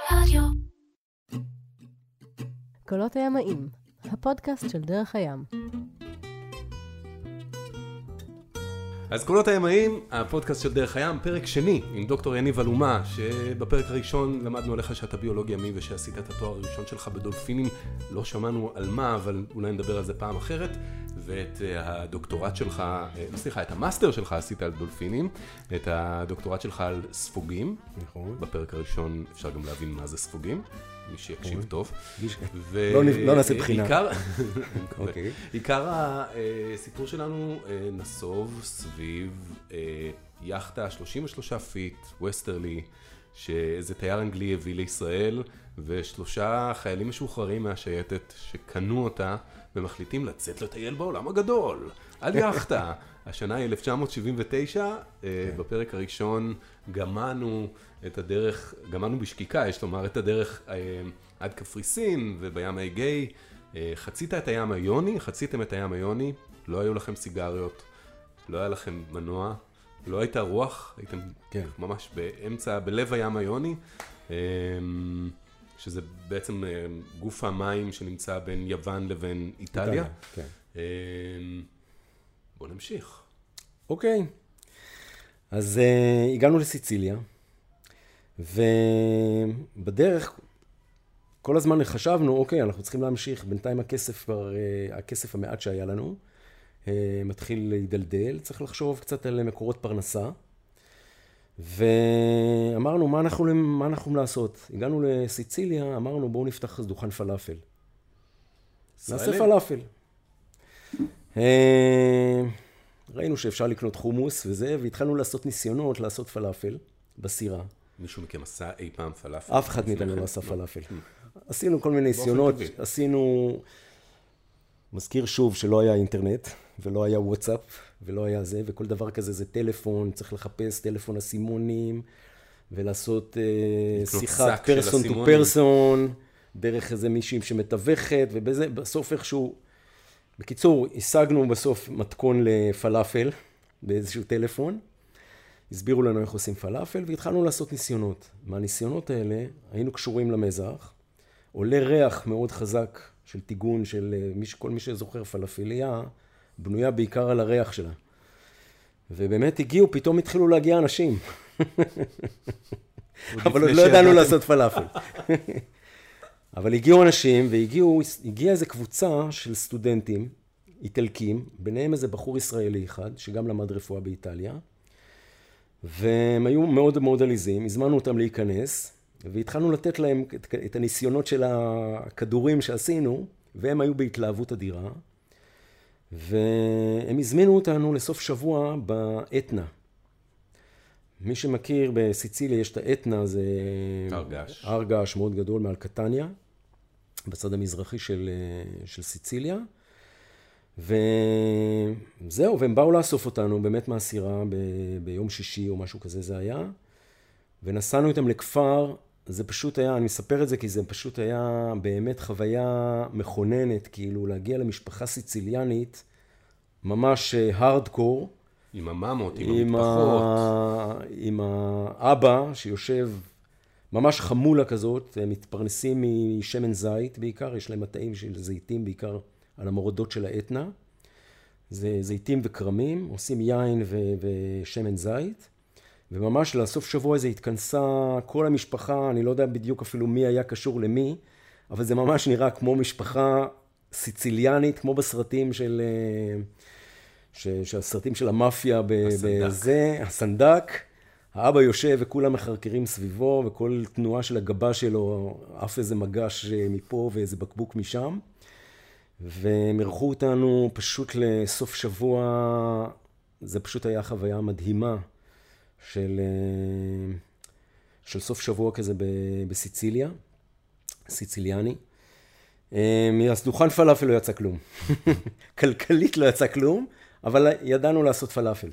רדיו. קולות הימאים, הפודקאסט של דרך הים. אז קולות הימאים, הפודקאסט של דרך הים, פרק שני עם דוקטור יניב אלומה, שבפרק הראשון למדנו עליך שאתה ביולוג ימי ושעשית את התואר הראשון שלך בדולפינים. לא שמענו על מה, אבל אולי נדבר על זה פעם אחרת. ואת הדוקטורט שלך, סליחה, את המאסטר שלך עשית על דולפינים, את הדוקטורט שלך על ספוגים. נכון. בפרק הראשון אפשר גם להבין מה זה ספוגים, מי שיקשיב טוב. לא נעשה בחינה. עיקר הסיפור שלנו נסוב סביב יחטה 33 פיט, ווסטרלי, שאיזה תייר אנגלי הביא לישראל, ושלושה חיילים משוחררים מהשייטת שקנו אותה, ומחליטים לצאת לטייל בעולם הגדול, על יחטה. השנה היא 1979, בפרק הראשון גמנו את הדרך, גמנו בשקיקה, יש לומר, את הדרך עד קפריסין ובים האגאי. חציתם את הים היוני, לא היו לכם סיגריות, לא היה לכם מנוע, לא הייתה רוח, הייתם ממש באמצע, בלב הים היוני, שזה בעצם גוף המים שנמצא בין יוון לבין איטליה. בוא נמשיך. אוקיי. אז הגענו לסיציליה, ובדרך כל הזמן חשבנו, אוקיי, אנחנו צריכים להמשיך. בינתיים הכסף המעט שהיה לנו מתחיל להידלדל, צריך לחשוב קצת על מקורות פרנסה. ואמרנו, מה אנחנו לעשות? הגענו לסיציליה, אמרנו, בואו נפתח דוכן פלאפל. נעשה פלאפל. ראינו שאפשר לקנות חומוס וזה, והתחלנו לעשות ניסיונות לעשות פלאפל בסירה. מישהו מכם עשה אי פעם פלאפל? אף אחד מאיתנו לא עשה פלאפל. עשינו כל מיני ניסיונות, מזכיר שוב שלא היה אינטרנט, ולא היה וואטסאפ, ולא היה זה, וכל דבר כזה זה טלפון, צריך לחפש טלפון הסימונים, ולעשות שיחת פרסון טו פרסון, דרך איזה מישהי שמתווכת, ובזה בסוף איכשהו, בקיצור, השגנו בסוף מתכון לפלאפל, באיזשהו טלפון, הסבירו לנו איך עושים פלאפל, והתחלנו לעשות ניסיונות. מהניסיונות האלה היינו קשורים למזח, עולה ריח מאוד חזק של טיגון, של כל מי שזוכר פלאפליה, בנויה בעיקר על הריח שלה. ובאמת פתאום התחילו להגיע אנשים. אבל עוד לא ידענו לעשות פלאפל. אבל הגיעו אנשים, והגיעה איזו קבוצה של סטודנטים איטלקים, ביניהם איזה בחור ישראלי אחד, שגם למד רפואה באיטליה, והם היו מאוד מאוד עליזים, הזמנו אותם להיכנס, והתחלנו לתת להם את הניסיונות של הכדורים שעשינו, והם היו בהתלהבות אדירה, והם הזמינו אותנו לסוף שבוע באתנה. מי שמכיר, בסיציליה יש את האתנה, זה הר געש מאוד גדול מעל קטניה, בצד המזרחי של סיציליה. וזהו, והם באו לאסוף אותנו באמת מהסירה ביום שישי או משהו כזה זה היה. ונסענו איתם לכפר, זה פשוט היה, אני מספר את זה כי זה פשוט היה באמת חוויה מכוננת, כאילו להגיע למשפחה סיציליאנית, ממש הארדקור. עם הממות, עם המטפחות. עם האבא שיושב ממש חמולה כזאת, הם מתפרנסים משמן זית בעיקר, יש להם מטעים של זיתים בעיקר על המורדות של האתנה. זה זיתים וקרמים, עושים יין ושמן זית. וממש לסוף שבוע הזה התכנסה כל המשפחה, אני לא יודע בדיוק אפילו מי היה קשור למי, אבל זה ממש נראה כמו משפחה סיציליאנית, כמו בסרטים שהסרטים של המאפיה בזה, הסנדק. האבא יושב וכולם מחרקרים סביבו, וכל תנועה של הגבה שלו, אף איזה מגש מפה ואיזה בקבוק משם. והם ערכו אותנו פשוט לסוף שבוע, זה פשוט היה חוויה מדהימה של סוף שבוע כזה בסיציליה, סיציליאני. אז דוכן פלאפל לא יצא כלום. כלכלית לא יצא כלום, אבל ידענו לעשות פלאפל.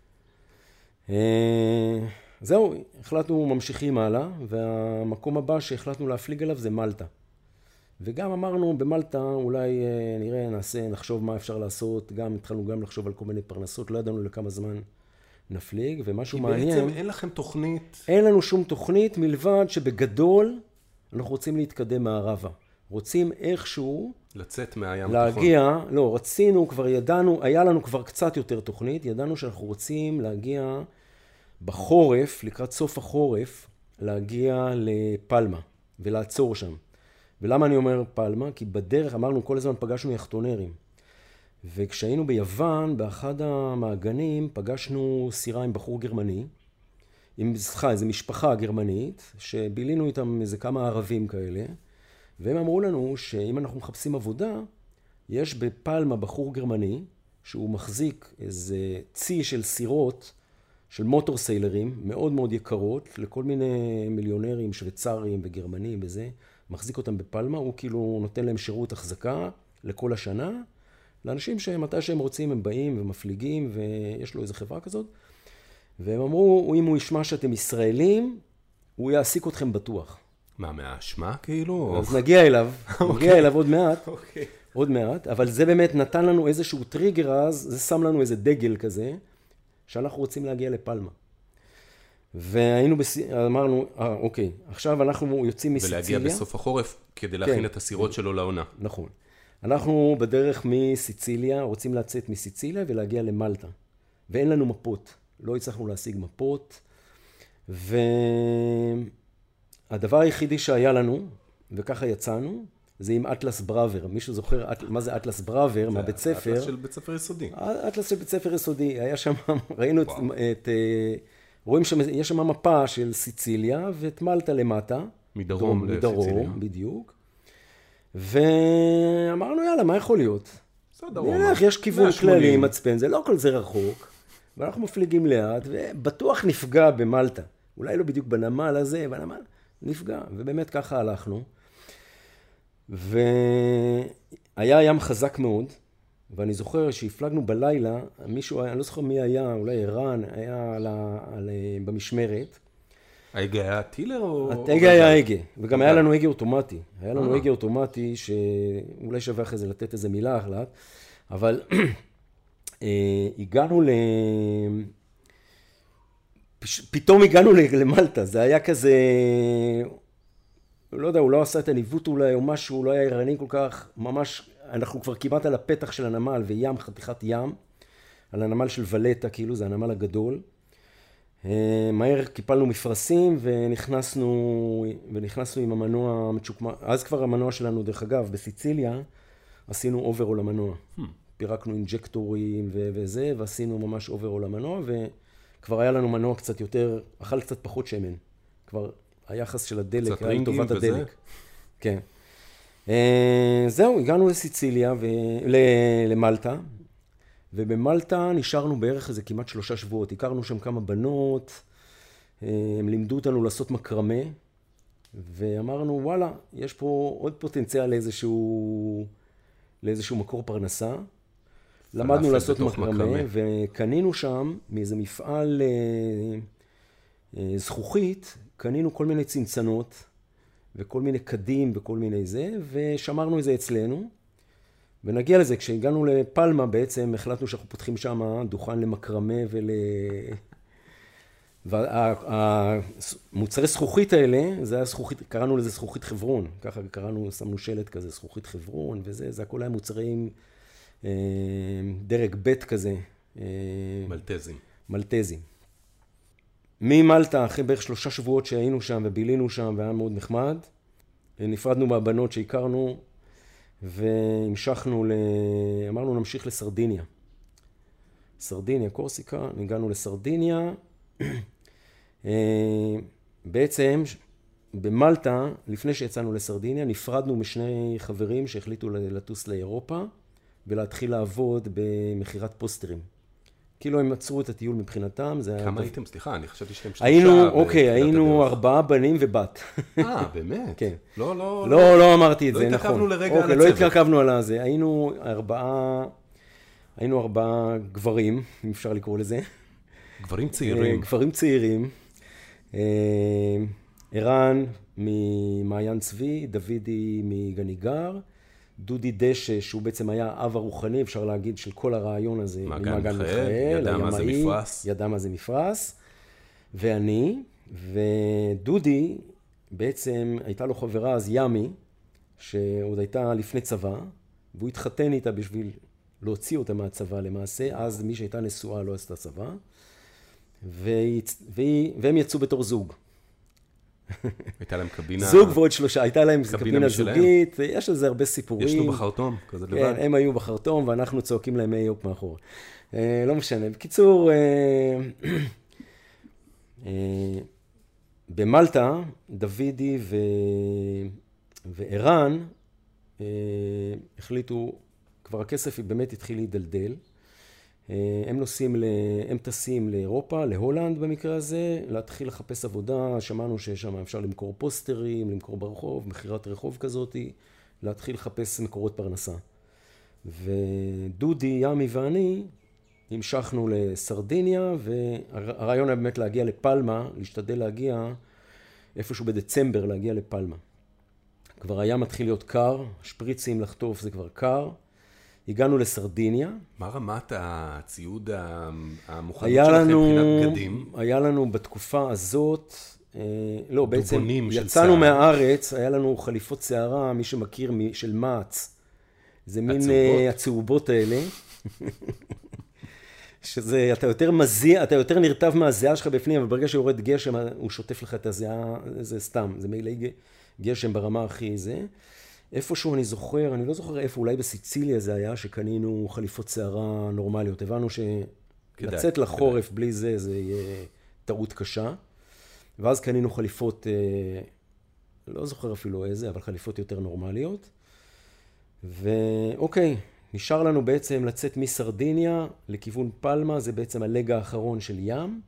זהו, החלטנו ממשיכים הלאה, והמקום הבא שהחלטנו להפליג עליו זה מלטה. וגם אמרנו במלטה אולי נראה, נחשוב מה אפשר לעשות, התחלנו גם לחשוב על כל מיני פרנסות, לא ידענו לכמה זמן נפליג, ומשהו מעניין. כי בעצם אין לכם תוכנית? אין לנו שום תוכנית, מלבד שבגדול אנחנו רוצים להתקדם מערבה. רוצים איכשהו לצאת מהים להגיע, לא, רצינו, כבר ידענו, היה לנו כבר קצת יותר תוכנית, ידענו שאנחנו רוצים להגיע בחורף, לקראת סוף החורף, להגיע לפלמה ולעצור שם. ולמה אני אומר פלמה? כי בדרך, אמרנו, כל הזמן פגשנו יחטונרים. וכשהיינו ביוון, באחד המעגנים, פגשנו סירה עם בחור גרמני, איזו משפחה גרמנית, שבילינו איתם איזה כמה ערבים כאלה, והם אמרו לנו שאם אנחנו מחפשים עבודה, יש בפלמה בחור גרמני, שהוא מחזיק איזה צי של סירות, של מוטור סיילרים, מאוד מאוד יקרות, לכל מיני מיליונרים, שוויצרים וגרמנים וזה, מחזיק אותם בפלמה, הוא כאילו נותן להם שירות החזקה לכל השנה, לאנשים שמתי שהם רוצים הם באים ומפליגים, ויש לו איזו חברה כזאת, והם אמרו, אם הוא ישמע שאתם ישראלים, הוא יעסיק אתכם בטוח. מה, מהאשמה כאילו? אז נגיע אליו עוד מעט, עוד מעט, אבל זה באמת נתן לנו איזשהו טריגר אז, זה שם לנו איזה דגל כזה, שאנחנו רוצים להגיע לפלמה. והיינו, אמרנו, אוקיי, עכשיו אנחנו יוצאים מסיציליה. ולהגיע בסוף החורף, כדי להכין את הסירות שלו לעונה. נכון. אנחנו בדרך מסיציליה, רוצים לצאת מסיציליה ולהגיע למלטה. ואין לנו מפות, לא הצלחנו להשיג מפות. והדבר היחידי שהיה לנו, וככה יצאנו, זה עם אטלס בראבר. מישהו זוכר מה זה אטלס בראבר מהבית ספר? אטלס של בית ספר יסודי. אטלס של בית ספר יסודי. היה שם, ראינו רואים שיש שם מפה של סיציליה, ואת מלטה למטה. מדרום לסיציליה. בדיוק. ואמרנו, יאללה, מה יכול להיות? נלך, יש כיוון כללי, מצפן, זה לא כל זה רחוק. ואנחנו מפליגים לאט, ובטוח נפגע במלטה. אולי לא בדיוק בנמל הזה, בנמל נפגע. ובאמת ככה הלכנו. והיה ים חזק מאוד, ואני זוכר שהפלגנו בלילה, מישהו, אני לא זוכר מי היה, אולי ערן, היה במשמרת. ההגה היה טילר או... ההגה היה הגה, וגם היה לנו הגה אוטומטי. היה לנו הגה אוטומטי שאולי שווה אחרי זה לתת איזה מילה אחת, אבל הגענו פתאום הגענו למלטה, זה היה כזה... לא יודע, הוא לא עשה את הניווט אולי או משהו, הוא לא היה ערני כל כך, ממש, אנחנו כבר כמעט על הפתח של הנמל וים, חתיכת ים, על הנמל של ולטה, כאילו זה הנמל הגדול. מהר קיפלנו מפרשים ונכנסנו עם המנוע המצ'וקמק, אז כבר המנוע שלנו דרך אגב, בסיציליה, עשינו אוברול המנוע. פירקנו אינג'קטורים וזה, ועשינו ממש אוברול המנוע, וכבר היה לנו מנוע קצת יותר, אכל קצת פחות שמן. כבר היחס של הדלק, היה לטובת הדלק. כן. זהו, הגענו לסיציליה, למלטה, ובמלטה נשארנו בערך איזה כמעט 3 שבועות. הכרנו שם כמה בנות, הם לימדו אותנו לעשות מקרמה, ואמרנו, וואלה, יש פה עוד פוטנציאל לאיזשהו מקור פרנסה. למדנו לעשות מקרמה, וקנינו שם מאיזה מפעל זכוכית, קנינו כל מיני צנצנות, וכל מיני קדים וכל מיני זה, ושמרנו את זה אצלנו. ונגיע לזה, כשהגענו לפלמה בעצם, החלטנו שאנחנו פותחים שם דוכן למקרמה והמוצרי זכוכית האלה, זה היה זכוכית, קראנו לזה זכוכית חברון. ככה קראנו, שמנו שלט כזה, זכוכית חברון וזה, זה הכל היה מוצרים דרג ב' כזה. מלטזים. ממלטה, אחרי בערך 3 שבועות שהיינו שם ובילינו שם, והיה מאוד נחמד, נפרדנו מהבנות שהכרנו, והמשכנו אמרנו נמשיך לסרדיניה. סרדיניה, קורסיקה, הגענו לסרדיניה. בעצם במלטה, לפני שיצאנו לסרדיניה, נפרדנו משני חברים שהחליטו לטוס לאירופה, ולהתחיל לעבוד במכירת פוסטרים. כאילו הם עצרו את הטיול מבחינתם. כמה הייתם? סליחה, אני חשבתי שהם 3. היינו 4 בנים ובת. באמת? כן. לא אמרתי את זה, נכון. לא התעכבנו לרגע על הצוות. לא התעכבנו על זה. היינו 4 גברים, אם אפשר לקרוא לזה. גברים צעירים. גברים צעירים. ערן ממעיין צבי, דודי מגניגר, דודי דשא, שהוא בעצם היה האב הרוחני, אפשר להגיד, של כל הרעיון הזה. ממעגן מיכאל, ידע מה זה מפרס. ידע מה זה מפרס. ואני, ודודי, בעצם הייתה לו חברה אז ימי, שעוד הייתה לפני צבא, והוא התחתן איתה בשביל להוציא אותה מהצבא למעשה, אז מי שהייתה נשואה לא עשתה צבא, והם יצאו בתור זוג. הייתה להם קבינה... זוג ועוד 3, הייתה להם קבינה זוגית, יש לזה הרבה סיפורים. יש לו בחרטום, כזה לבד. כן, הם היו בחרטום, ואנחנו צועקים להם איופ מאחור. לא משנה. בקיצור, במלטה, דוידי וערן החליטו, כבר הכסף באמת התחיל להידלדל. הם טסים לאירופה, להולנד במקרה הזה, להתחיל לחפש עבודה, שמענו ששם אפשר למכור פוסטרים, למכור ברחוב, מחירת רחוב כזאת, להתחיל לחפש מקורות פרנסה. ודודי, ימי ואני המשכנו לסרדיניה, והרעיון היה באמת להגיע לפלמה, להשתדל להגיע איפשהו בדצמבר להגיע לפלמה. כבר היה מתחיל להיות קר, שפריצים לחטוף זה כבר קר. הגענו לסרדיניה. מה רמת הציוד המוכנות שלכם מבחינת בגדים? היה לנו בתקופה הזאת, לא, בעצם יצאנו מהארץ, היה לנו חליפות שערה, מי שמכיר, של מעץ. זה מין הצהובות האלה. שזה, אתה יותר מזיע, אתה יותר נרטב מהזיעה שלך בפנים, אבל ברגע שיורד גשם, הוא שוטף לך את הזיעה, זה סתם, זה מעילי גשם ברמה הכי זה. איפשהו אני זוכר, אני לא זוכר איפה, אולי בסיציליה זה היה, שקנינו חליפות שערה נורמליות. הבנו שלצאת לחורף בלי זה, זה יהיה טעות קשה. ואז קנינו חליפות, לא זוכר אפילו איזה, אבל חליפות יותר נורמליות. ואוקיי, נשאר לנו בעצם לצאת מסרדיניה לכיוון פלמה, זה בעצם הלג האחרון של ים.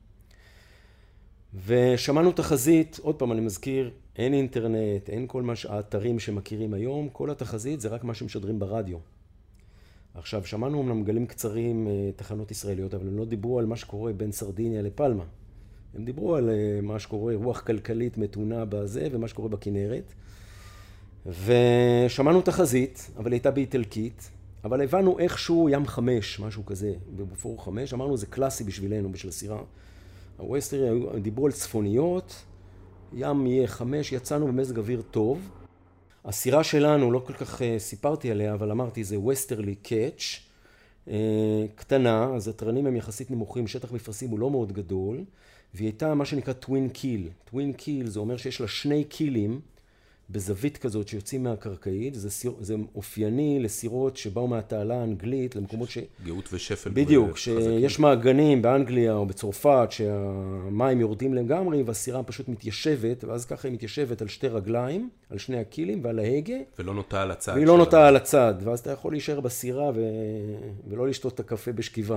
ושמענו תחזית, עוד פעם אני מזכיר, אין אינטרנט, אין כל האתרים שמכירים היום, כל התחזית זה רק מה שמשדרים ברדיו. עכשיו, שמענו אמנם גלים קצרים תחנות ישראליות, אבל הם לא דיברו על מה שקורה בין סרדיניה לפלמה. הם דיברו על מה שקורה, רוח כלכלית מתונה בזה, ומה שקורה בכנרת. ושמענו תחזית, אבל הייתה באיטלקית, אבל הבנו איכשהו ים 5, משהו כזה, בבופור 5, אמרנו זה קלאסי בשבילנו, בשביל הסירה. הווסטרי דיברו על צפוניות, ים יהיה 5, יצאנו במזג אוויר טוב. הסירה שלנו, לא כל כך סיפרתי עליה, אבל אמרתי, זה ווסטרלי קאץ', קטנה, אז התרנים הם יחסית נמוכים, שטח מפרשים הוא לא מאוד גדול, והיא הייתה מה שנקרא טווין קיל. טווין קיל זה אומר שיש לה 2 קילים, בזווית כזאת שיוצאים מהקרקעית, זה אופייני לסירות שבאו מהתעלה האנגלית, למקומות גאות ושפל. בדיוק, שיש מעגנים באנגליה או בצרפת, שהמים יורדים לגמרי, והסירה פשוט מתיישבת, ואז ככה היא מתיישבת על 2 רגליים, על 2 הקילים ועל ההגה. ולא נוטה על הצד. והיא לא נוטה על הצד, ואז אתה יכול להישאר בסירה ולא לשתות את הקפה בשכיבה.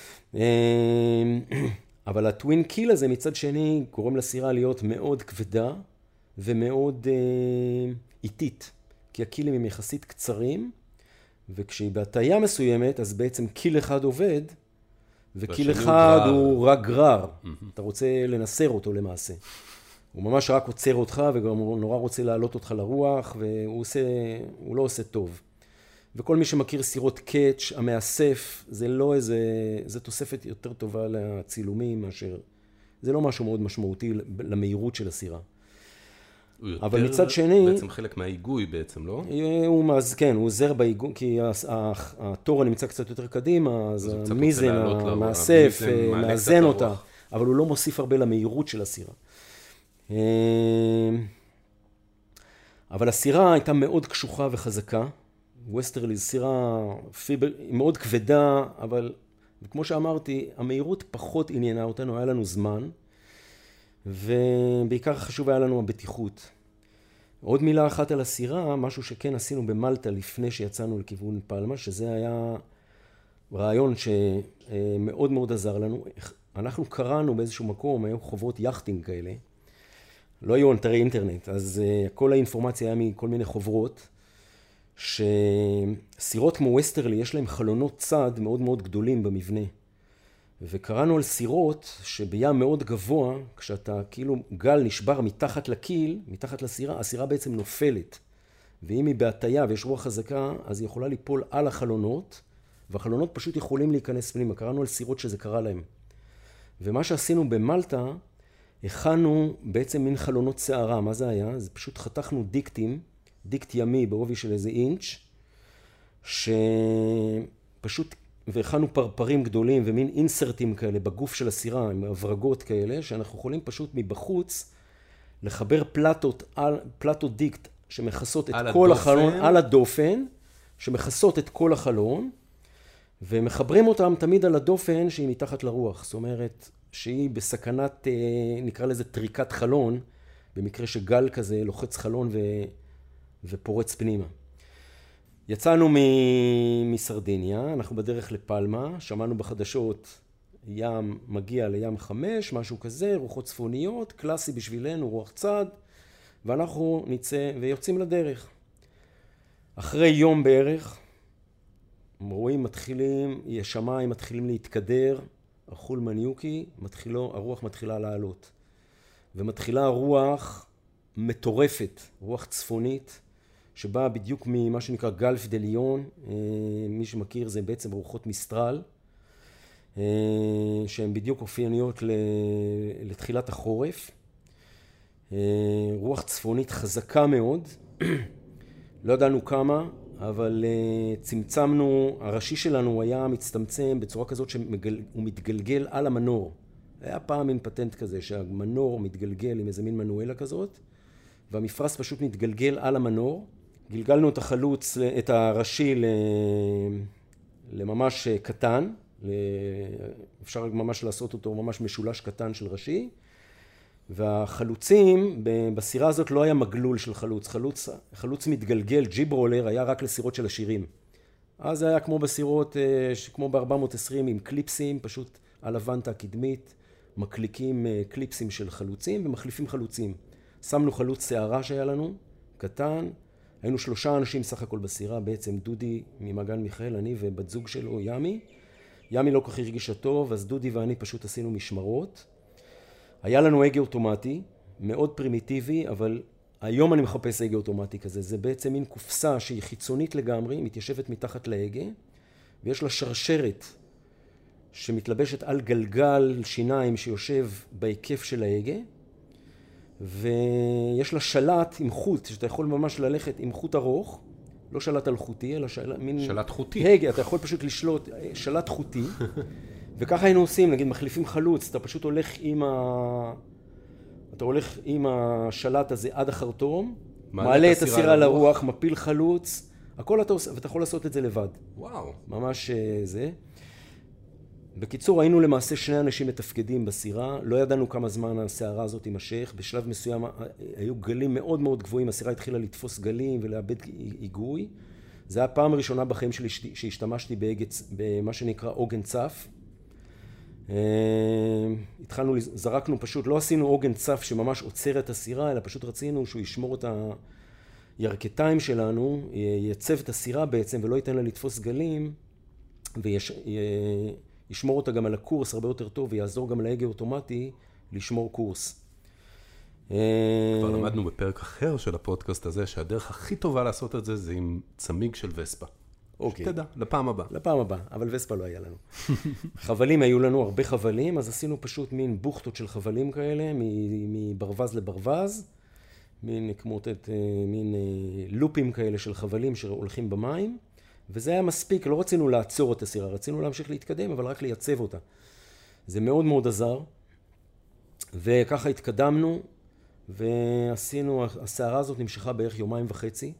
אבל הטווין קיל הזה מצד שני גורם לסירה להיות מאוד כבדה, ומאוד איטית, כי הקילים הם יחסית קצרים, וכשהיא בהטיה מסוימת, אז בעצם קיל אחד עובד, וקיל אחד הוא רק גרר. אתה רוצה לנסר אותו למעשה. הוא ממש רק עוצר אותך, וגם הוא נורא רוצה להעלות אותך לרוח, והוא לא עושה טוב. וכל מי שמכיר סירות קאץ', המאסף, זה לא זה תוספת יותר טובה לצילומים, מאשר, זה לא משהו מאוד משמעותי למהירות של הסירה. אבל מצד שני... בעצם חלק מההיגוי בעצם, לא? כן, הוא עוזר בהיגוי, כי התור נמצא קצת יותר קדימה, אז המיזן, המאסף, מאזן אותה, אבל הוא לא מוסיף הרבה למהירות של הסירה. אבל הסירה הייתה מאוד קשוחה וחזקה. ווסטרלי זו סירה מאוד כבדה, אבל כמו שאמרתי, המהירות פחות עניינה אותנו, היה לנו זמן. ובעיקר חשוב היה לנו הבטיחות. עוד מילה אחת על הסירה, משהו שכן עשינו במלטה לפני שיצאנו לכיוון פלמה, שזה היה רעיון שמאוד מאוד עזר לנו. אנחנו קראנו באיזשהו מקום, היו חוברות יחטינג כאלה, לא היו אתרי אינטרנט, אז כל האינפורמציה היה מכל מיני חוברות, שסירות כמו ווסטרלי יש להם חלונות צד מאוד מאוד גדולים במבנה. וקראנו על סירות שבים מאוד גבוה, כשאתה כאילו גל נשבר מתחת לקיל, מתחת לסירה, הסירה בעצם נופלת. ואם היא בהטיה ויש רוח חזקה, אז היא יכולה ליפול על החלונות, והחלונות פשוט יכולים להיכנס פנימה. קראנו על סירות שזה קרה להם. ומה שעשינו במלטה, הכנו בעצם מין חלונות שערה. מה זה היה? זה פשוט חתכנו דיקט ימי בעובי של איזה אינץ', שפשוט, והכנו פרפרים גדולים ומין אינסרטים כאלה בגוף של הסירה, עם הברגות כאלה, שאנחנו יכולים פשוט מבחוץ לחבר פלטות דיקט שמכסות את כל החלון, על הדופן, שמכסות את כל החלון, ומחברים אותם תמיד על הדופן שהיא מתחת לרוח. זאת אומרת, שהיא בסכנת, נקרא לזה טריקת חלון, במקרה שגל כזה לוחץ חלון ופורץ פנימה. יצאנו מסרדיניה, אנחנו בדרך לפלמה, שמענו בחדשות ים מגיע לים 5, משהו כזה, רוחות צפוניות, קלאסי בשבילנו, רוח צד, ואנחנו נצא ויוצאים לדרך. אחרי יום בערך, רואים השמיים מתחילים להתקדר, החול מניוקי, הרוח מתחילה לעלות. ומתחילה רוח מטורפת, רוח צפונית, שבאה בדיוק ממה שנקרא גלף דה ליון, מי שמכיר זה בעצם רוחות מיסטרל, שהן בדיוק אופייניות לתחילת החורף. רוח צפונית חזקה מאוד, לא ידענו כמה, אבל צמצמנו, הראשי שלנו היה מצטמצם בצורה כזאת שהוא מתגלגל על המנור. היה פעם מין פטנט כזה שהמנור מתגלגל עם איזה מין מנואלה כזאת, והמפרש פשוט מתגלגל על המנור. גלגלנו את הראשי לממש קטן, אפשר ממש לעשות אותו ממש משולש קטן של ראשי, והחלוצים, בסירה הזאת לא היה מגלול של חלוץ מתגלגל, ג'יב רולר, היה רק לסירות של השירים. אז זה היה כמו בסירות, כמו ב-420 עם קליפסים, פשוט על הוונטה הקדמית, מקליקים קליפסים של חלוצים ומחליפים חלוצים. שמנו חלוץ שערה שהיה לנו, קטן, היינו 3 אנשים סך הכל בסירה, בעצם דודי ממגן מיכאל, אני ובת זוג שלו, ימי. ימי לא כל כך הרגישה טוב, אז דודי ואני פשוט עשינו משמרות. היה לנו הגה אוטומטי, מאוד פרימיטיבי, אבל היום אני מחפש הגה אוטומטי כזה. זה בעצם מין קופסה שהיא חיצונית לגמרי, מתיישבת מתחת להגה, ויש לה שרשרת שמתלבשת על גלגל שיניים שיושב בהיקף של ההגה, ויש לה שלט עם חוט, שאתה יכול ממש ללכת עם חוט ארוך, לא שלט אלחוטי, אלא מין... שלט חוטי. הגה, אתה יכול פשוט לשלוט, שלט חוטי, וככה היינו עושים, נגיד מחליפים חלוץ, אתה פשוט הולך עם השלט הזה עד החרטום, מעלה את הסירה לרוח, מפיל חלוץ, הכל אתה עושה, ואתה יכול לעשות את זה לבד. וואו. ממש זה. בקיצור, היינו למעשה 2 אנשים מתפקדים בסירה, לא ידענו כמה זמן הסערה הזאת תימשך, בשלב מסוים היו גלים מאוד מאוד גבוהים, הסירה התחילה לתפוס גלים ולאבד היגוי. זה היה הפעם הראשונה בחיים שלי שהשתמשתי במה שנקרא עוגן צף. זרקנו פשוט, לא עשינו עוגן צף שממש עוצר את הסירה, אלא פשוט רצינו שהוא ישמור את הירכתיים שלנו, ייצב את הסירה בעצם ולא ייתן לה לתפוס גלים, וישמור אותה גם על הקורס הרבה יותר טוב, ויעזור גם להגה אוטומטי לשמור קורס. כבר למדנו בפרק אחר של הפודקאסט הזה, שהדרך הכי טובה לעשות את זה, זה עם צמיג של וספה. אוקיי. שתדע, לפעם הבאה. לפעם הבאה, אבל וספה לא היה לנו. חבלים, היו לנו הרבה חבלים, אז עשינו פשוט מין בוכטות של חבלים כאלה, מברווז לברווז, מין לופים כאלה של חבלים שהולכים במים, וזה היה מספיק, לא רצינו לעצור את הסירה, רצינו להמשיך להתקדם, אבל רק לייצב אותה. זה מאוד מאוד עזר, וככה התקדמנו, ועשינו, הסערה הזאת נמשכה בערך 1.5 ימים.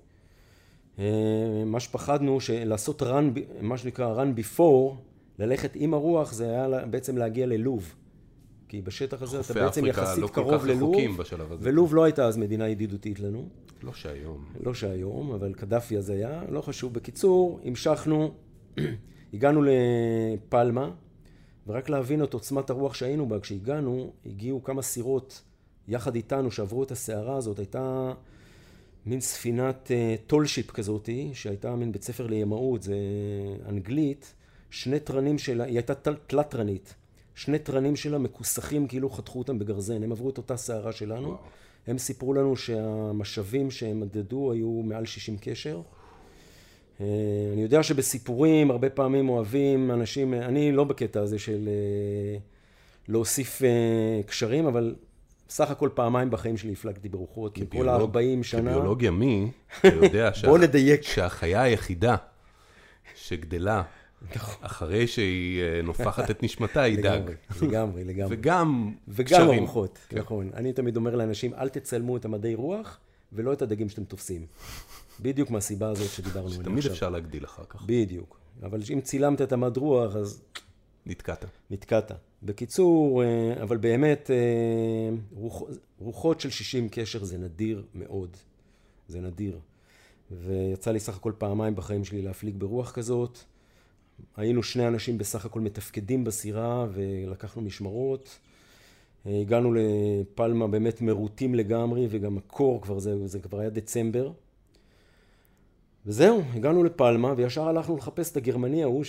מה שפחדנו לעשות מה שנקרא run before, ללכת עם הרוח, זה היה בעצם להגיע ללוב. כי בשטח הזה אתה בעצם יחסית קרוב ללוב, ולוב לא הייתה אז מדינה ידידותית לנו. לא שהיום, אבל קדאפי אז היה, לא חשוב. בקיצור, המשכנו, הגענו לפלמה, ורק להבין את עוצמת הרוח שהיינו בה, כשהגענו, הגיעו כמה סירות יחד איתנו שעברו את הסערה הזאת, הייתה מין ספינת טולשיפ כזאת, שהייתה מין בית ספר לימאות, זה אנגלית, 2 תרנים שלה, היא הייתה תלת-תרנית, 2 תרנים שלה מקוסחים כאילו חתכו אותם בגרזן, הם עברו את אותה סערה שלנו, וואו. הם סיפרו לנו שהמשאבים שהם מדדו היו מעל 60 קשר. אני יודע שבסיפורים הרבה פעמים אוהבים אנשים, אני לא בקטע הזה של להוסיף קשרים, אבל סך הכל פעמיים בחיים שלי הפלגתי ברוחות, מכל 40 שנה. כביולוגיה מי, אתה יודע בוא נדייק. שהחיה היחידה שגדלה אחרי שהיא נופחת את נשמתה היא דג. לגמרי. וגם ארוחות, נכון. אני תמיד אומר לאנשים, אל תצלמו את המדעי רוח ולא את הדגים שאתם תופסים. בדיוק מהסיבה הזאת שדיברנו עליה עכשיו. שתמיד אפשר להגדיל אחר כך. בדיח. אבל אם צילמת את המד רוח, אז... נתקעת. בקיצור, אבל באמת, רוחות של 60 קשר זה נדיר מאוד. זה נדיר. ויצא לי סך הכל פעמיים בחיים שלי להפליג ברוח כזאת. היינו 2 אנשים בסך הכל מתפקדים בסירה ולקחנו משמרות. הגענו לפלמה באמת מרוטים לגמרי, וגם הקור כבר, זה כבר היה דצמבר. וזהו, הגענו לפלמה, וישר הלכנו לחפש את הגרמני ההוא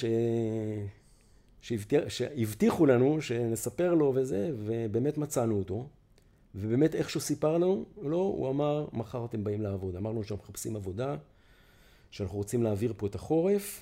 שהבטיחו לנו שנספר לו וזה, ובאמת מצאנו אותו. ובאמת איכשהו סיפר לנו, הוא אמר, מחר אתם באים לעבוד. אמרנו שאנחנו מחפשים עבודה, שאנחנו רוצים להעביר פה את החורף,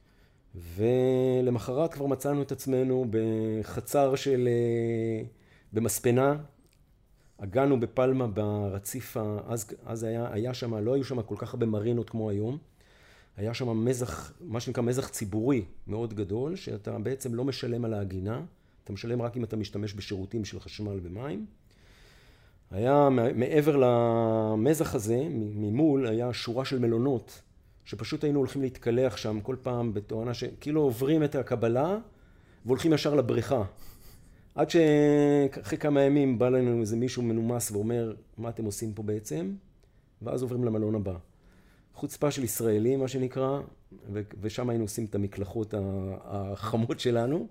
ולמחרת כבר מצאנו את עצמנו בחצר במספנה. הגענו בפלמה ברציף, אז היה שם, לא היו שם כל כך הרבה מרינות כמו היום. היה שם מזח, מה שנקרא מזח ציבורי מאוד גדול, שאתה בעצם לא משלם על ההגינה, אתה משלם רק אם אתה משתמש בשירותים של חשמל ומים. היה מעבר למזח הזה, ממול, היה שורה של מלונות, שפשוט היינו הולכים להתקלח שם כל פעם בתואנה שכאילו עוברים את הקבלה והולכים ישר לבריכה. עד שאחרי כמה ימים בא לנו איזה מישהו מנומס ואומר, מה אתם עושים פה בעצם? ואז עוברים למלון הבא. חוצפה של ישראלים, מה שנקרא, ושם היינו עושים את המקלחות החמות שלנו.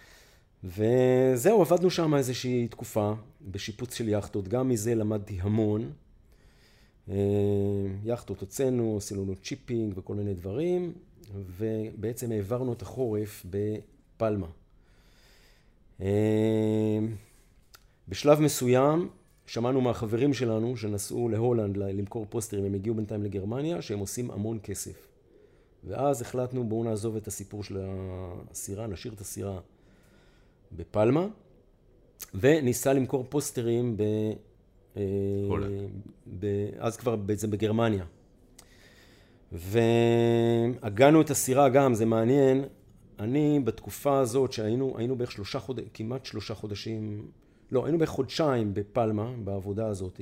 וזהו, עבדנו שם איזושהי תקופה בשיפוץ של יאכטות. גם מזה למדתי המון. יאכטות הוצאנו, עשינו לנו צ'יפינג וכל מיני דברים, ובעצם העברנו את החורף בפלמה. בשלב מסוים שמענו מהחברים שלנו שנסעו להולנד למכור פוסטרים, הם הגיעו בינתיים לגרמניה, שהם עושים המון כסף. ואז החלטנו בואו נעזוב את הסיפור של הסירה, נשאיר את הסירה בפלמה, וניסה למכור פוסטרים אז כבר בעצם בגרמניה. והגענו את הסירה גם, זה מעניין, אני בתקופה הזאת שהיינו בערך כמעט 3 חודשים, לא, היינו בערך חודשיים בפלמה, בעבודה הזאת,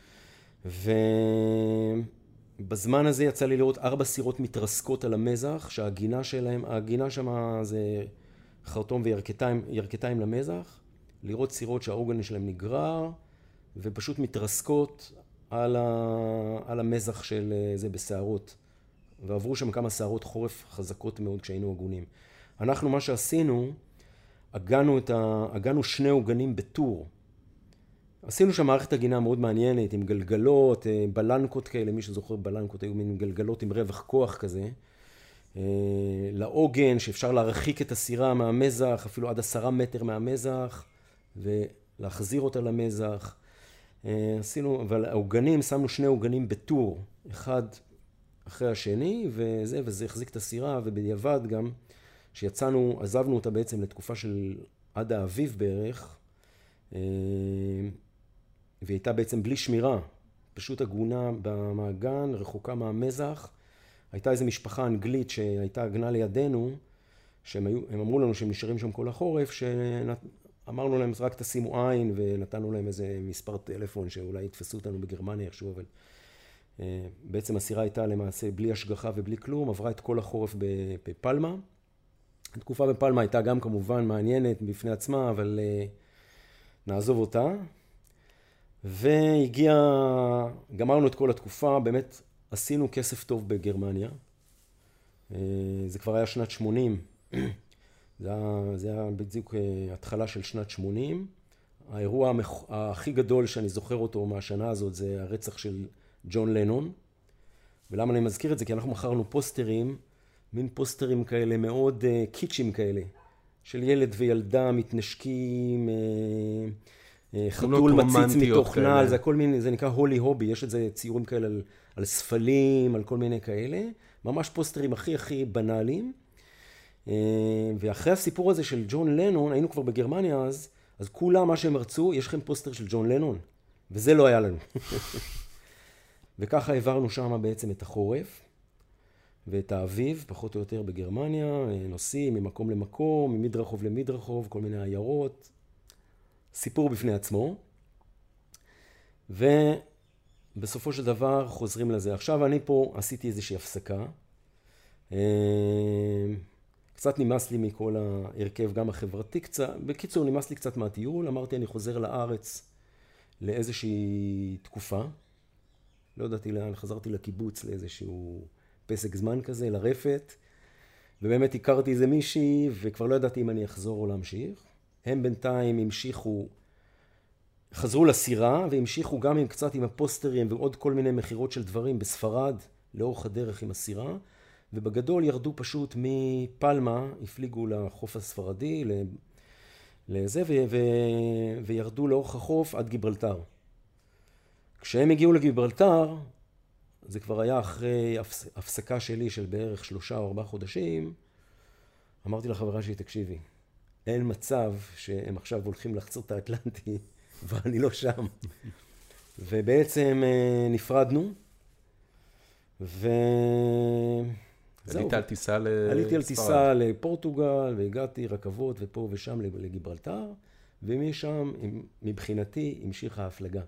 ובזמן הזה יצא לי לראות 4 סירות מתרסקות על המזח, שהגינה שלהם, הגינה שם זה חרטום וירכתיים למזח, לראות סירות שהאורגן שלהם נגרר, ופשוט מתרסקות על המזח של זה בסערות. ועברו שם כמה סערות חורף חזקות מאוד כשהיינו עגונים. אנחנו מה שעשינו, הגענו 2 עוגנים בטור. עשינו שם מערכת הגינה מאוד מעניינת, עם גלגלות, בלנקות כאלה, מי שזוכר בלנקות, היו מין גלגלות עם רווח כוח כזה. לעוגן, שאפשר להרחיק את הסירה מהמזח, אפילו עד 10 מטר מהמזח, ולהחזיר אותה למזח. עשינו, אבל העוגנים, שמנו 2 עוגנים בטור, אחד אחרי השני, וזה החזיק את הסירה, ובדיעבד גם, שיצאנו, עזבנו אותה בעצם לתקופה של עד האביב בערך, והיא הייתה בעצם בלי שמירה, פשוט עגונה במעגן, רחוקה מהמזח. הייתה איזו משפחה אנגלית שהייתה עגנה לידינו, הם אמרו לנו שהם נשארים שם כל החורף, שאמרנו להם רק תשימו עין, ונתנו להם איזה מספר טלפון שאולי יתפסו אותנו בגרמניה איכשהו, אבל בעצם הסירה הייתה למעשה בלי השגחה ובלי כלום, עברה את כל החורף בפלמה. התקופה בפלמה הייתה גם כמובן מעניינת בפני עצמה, אבל נעזוב אותה. גמרנו את כל התקופה, באמת עשינו כסף טוב בגרמניה. זה כבר היה שנת 80. זה היה בדיוק התחלה של שנת 80. האירוע הכי גדול שאני זוכר אותו מהשנה הזאת זה הרצח של ג'ון לנון. ולמה אני מזכיר את זה? כי אנחנו מכרנו פוסטרים, מין פוסטרים כאלה מאוד קיצ'ים כאלה, של ילד וילדה מתנשקים, חתול מציץ מתוך נעל, זה הכל מיני, זה נקרא הולי הובי, יש את זה ציורים כאלה על ספלים, על כל מיני כאלה, ממש פוסטרים הכי בנאליים. ואחרי הסיפור הזה של ג'ון לנון, היינו כבר בגרמניה אז, אז כולם מה שהם רצו, יש לכם פוסטר של ג'ון לנון, וזה לא היה לנו. וככה העברנו שם בעצם את החורף, ואת האביב, פחות או יותר בגרמניה, נוסעים ממקום למקום, ממדרחוב למדרחוב, כל מיני עיירות, סיפור בפני עצמו. ובסופו של דבר חוזרים לזה. עכשיו אני פה עשיתי איזושהי הפסקה. קצת נמאס לי מכל ההרכב, גם החברתי קצת. בקיצור, נמאס לי קצת מהטיול. אמרתי, אני חוזר לארץ לאיזושהי תקופה. לא ידעתי לאן, חזרתי לקיבוץ לאיזשהו פסק זמן כזה, לרפת. ובאמת הכרתי איזה מישהי, וכבר לא ידעתי אם אני אחזור או להמשיך. הם בינתיים המשיכו, חזרו לסירה, והמשיכו גם עם קצת עם הפוסטרים ועוד כל מיני מחירות של דברים בספרד, לאורך הדרך עם הסירה. ובגדול ירדו פשוט מפלמה, הפליגו לחוף הספרדי, לזה, וירדו לאורך החוף עד גיברלטר. כשהם הגיעו לגיברלטר, זה כבר היה אחרי הפסקה שלי של בערך 3 או 4 חודשים, אמרתי לחברה שלי, תקשיבי, אין מצב שהם עכשיו הולכים לחצות את האטלנטי, ואני לא שם. ובעצם נפרדנו, עלית על טיסה לספרד. עליתי על טיסה לפורטוגל, והגעתי רכבות ופה ושם לגיברלטר, ומשם, מבחינתי, המשיכה ההפלגה.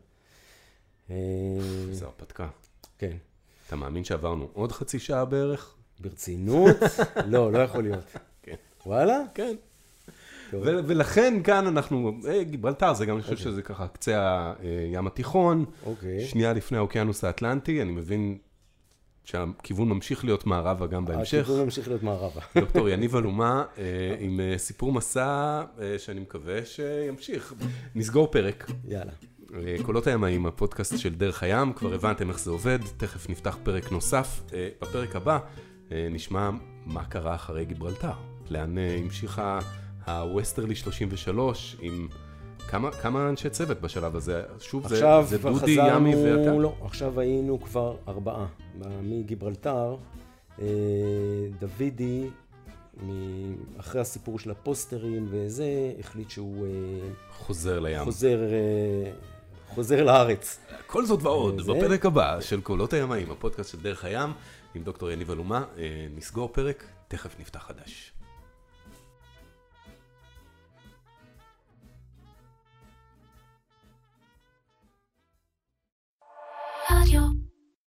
זו הרפתקה. כן. אתה מאמין שעברנו עוד חצי שעה בערך? ברצינות? לא, לא יכול להיות. כן. וואלה? כן. ולכן כאן אנחנו, גיברלטר זה גם, אני חושב שזה ככה קצה הים התיכון, שנייה לפני האוקיינוס האטלנטי, אני מבין שהכיוון ממשיך להיות מערבה גם בהמשך. הכיוון ממשיך להיות מערבה. דוקטור יניב אלומה, עם סיפור מסע שאני מקווה שימשיך. נסגור פרק. יאללה. קולות הימאים, הפודקאסט של דרך הים, כבר הבנתם איך זה עובד, תכף נפתח פרק נוסף. בפרק הבא נשמע מה קרה אחרי גיברלטר, לאן המשיכה הווסטרלי 33 עם כמה אנשי צוות בשלב הזה? שוב, זה דודי, ימי ואתה? לא, עכשיו היינו כבר 4. מגיברלטר, דוידי, אחרי הסיפור של הפוסטרים וזה, החליט שהוא חוזר לים. חוזר לארץ. כל זאת ועוד, בפרק הבא של קולות הימאים, הפודקאסט של דרך הים, עם דוקטור יניב אלומה, נסגור פרק, תכף נפתח חדש.